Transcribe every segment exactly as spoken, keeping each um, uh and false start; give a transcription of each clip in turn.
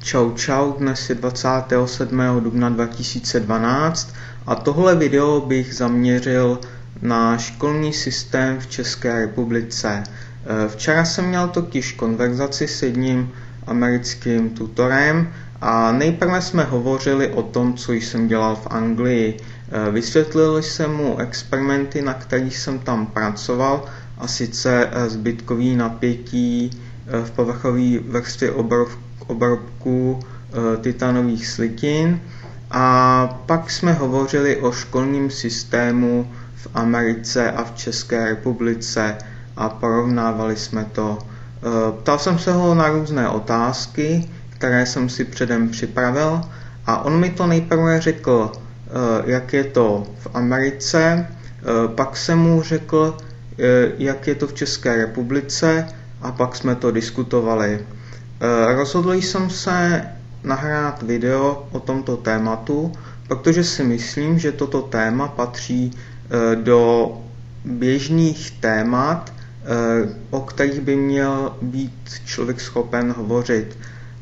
Čau čau, dnes je dvacátého sedmého dubna dva tisíce dvanáct a tohle video bych zaměřil na školní systém v České republice. Včera jsem měl totiž konverzaci s jedním americkým tutorem a nejprve jsme hovořili o tom, co jsem dělal v Anglii. Vysvětlil jsem mu experimenty, na kterých jsem tam pracoval, a sice zbytkový napětí v povrchové vrstvě obrov, obrobků titanových slitin, a pak jsme hovořili o školním systému v Americe a v České republice a porovnávali jsme to. Ptal jsem se ho na různé otázky, které jsem si předem připravil, a on mi to nejprve řekl, jak je to v Americe, pak jsem mu řekl, jak je to v České republice, a pak jsme to diskutovali. Rozhodl jsem se nahrát video o tomto tématu, protože si myslím, že toto téma patří do běžných témat, o kterých by měl být člověk schopen hovořit.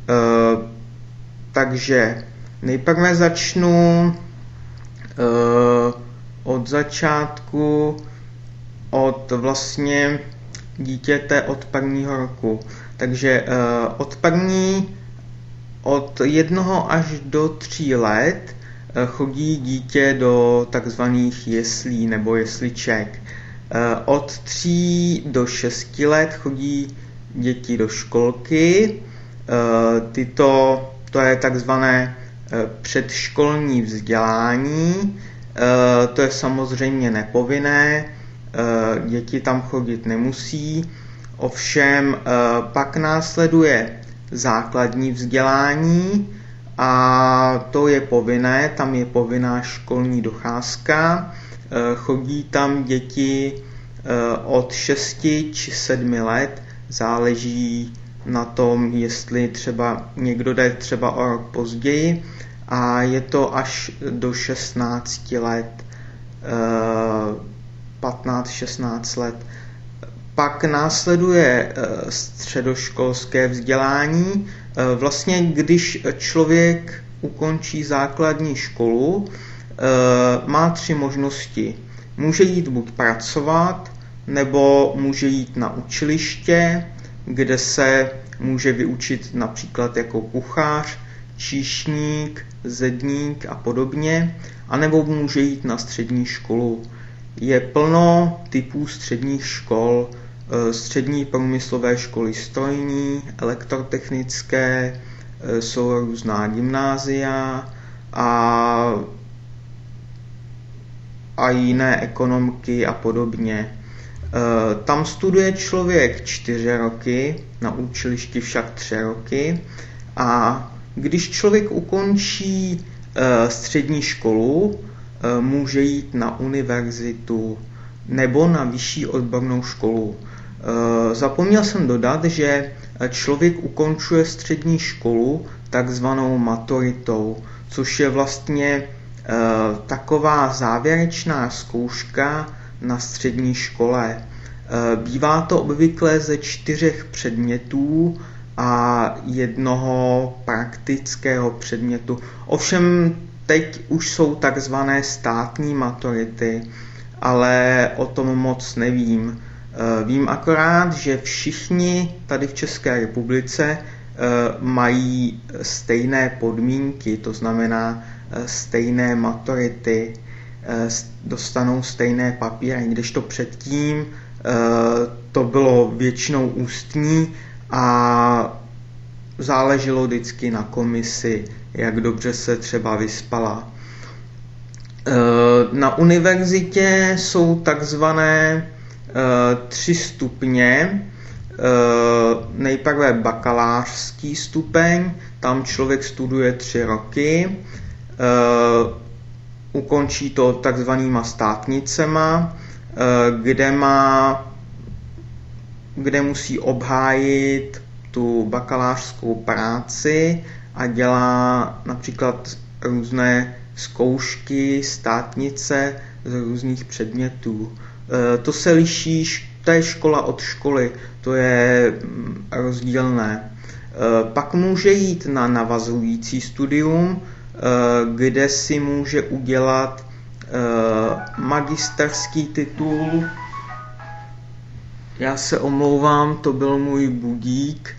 Takže nejprve začnu od začátku, od vlastně dítěte od prvního roku. Takže od první, od jednoho až do tří let chodí dítě do takzvaných jeslí nebo jesliček. Od tří do šesti let chodí děti do školky. Tyto, to je takzvané předškolní vzdělání. To je samozřejmě nepovinné, děti tam chodit nemusí. Ovšem pak následuje základní vzdělání a to je povinné, tam je povinná školní docházka. Chodí tam děti od šesti či sedmi let, záleží na tom, jestli třeba někdo jde třeba o rok později, a je to až do šestnácti let, patnáct šestnáct let. Pak následuje středoškolské vzdělání. Vlastně, když člověk ukončí základní školu, má tři možnosti. Může jít buď pracovat, nebo může jít na učiliště, kde se může vyučit například jako kuchař, číšník, zedník a podobně, anebo může jít na střední školu. Je plno typů středních škol, střední průmyslové školy strojní, elektrotechnické, jsou různá gymnázia a, a jiné ekonomky a podobně. Tam studuje člověk čtyři roky, na učilišti však tři roky, a když člověk ukončí střední školu, může jít na univerzitu nebo na vyšší odbornou školu. Zapomněl jsem dodat, že člověk ukončuje střední školu takzvanou maturitou, což je vlastně taková závěrečná zkouška na střední škole. Bývá to obvykle ze čtyřech předmětů a jednoho praktického předmětu. Ovšem teď už jsou takzvané státní maturity, ale o tom moc nevím. Vím akorát, že všichni tady v České republice mají stejné podmínky, to znamená stejné maturity, dostanou stejné papíry, kdežto předtím to bylo většinou ústní a záleželo vždycky na komisi, jak dobře se třeba vyspala. Na univerzitě jsou takzvané tři stupně. Nejprve bakalářský stupeň, tam člověk studuje tři roky, ukončí to takzvanýma státnicema, kde má, kde musí obhájit tu bakalářskou práci a dělá například různé zkoušky, státnice z různých předmětů. To se liší, to je škola od školy, to je rozdílné. Pak může jít na navazující studium, kde si může udělat magisterský titul. Já se omlouvám, to byl můj budík.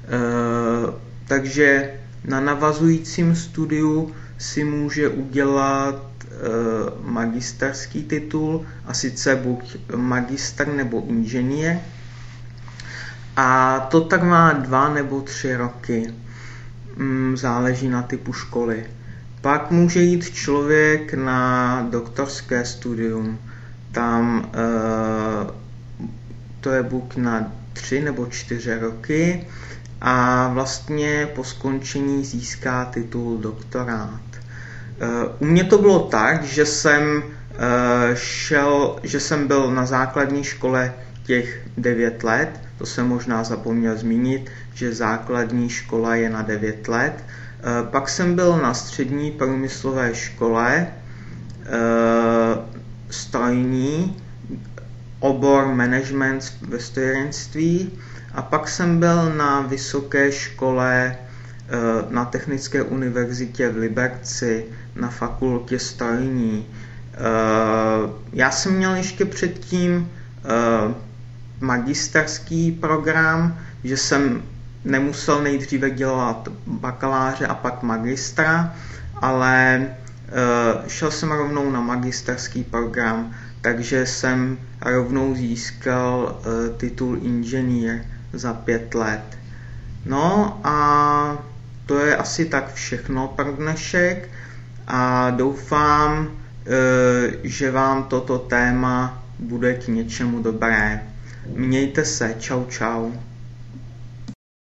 Takže na navazujícím studiu si může udělat magisterský titul, a sice buď magister nebo inženýr. A to tak má dva nebo tři roky. Záleží na typu školy. Pak může jít člověk na doktorské studium. Tam to je buď na tři nebo čtyři roky a vlastně po skončení získá titul doktorát. U mě to bylo tak, že jsem šel, že jsem byl na základní škole těch devět let, to jsem možná zapomněl zmínit, že základní škola je na devět let. Pak jsem byl na střední průmyslové škole strojní, obor management ve strojírenství, a pak jsem byl na vysoké škole na Technické univerzitě v Liberci na fakultě strojní. Já jsem měl ještě předtím magisterský program, že jsem nemusel nejdříve dělat bakaláře a pak magistra, ale šel jsem rovnou na magisterský program, takže jsem rovnou získal titul inženýr za pět let. No a to je asi tak všechno pro dnešek a doufám, že vám toto téma bude k něčemu dobré. Mějte se, čau čau.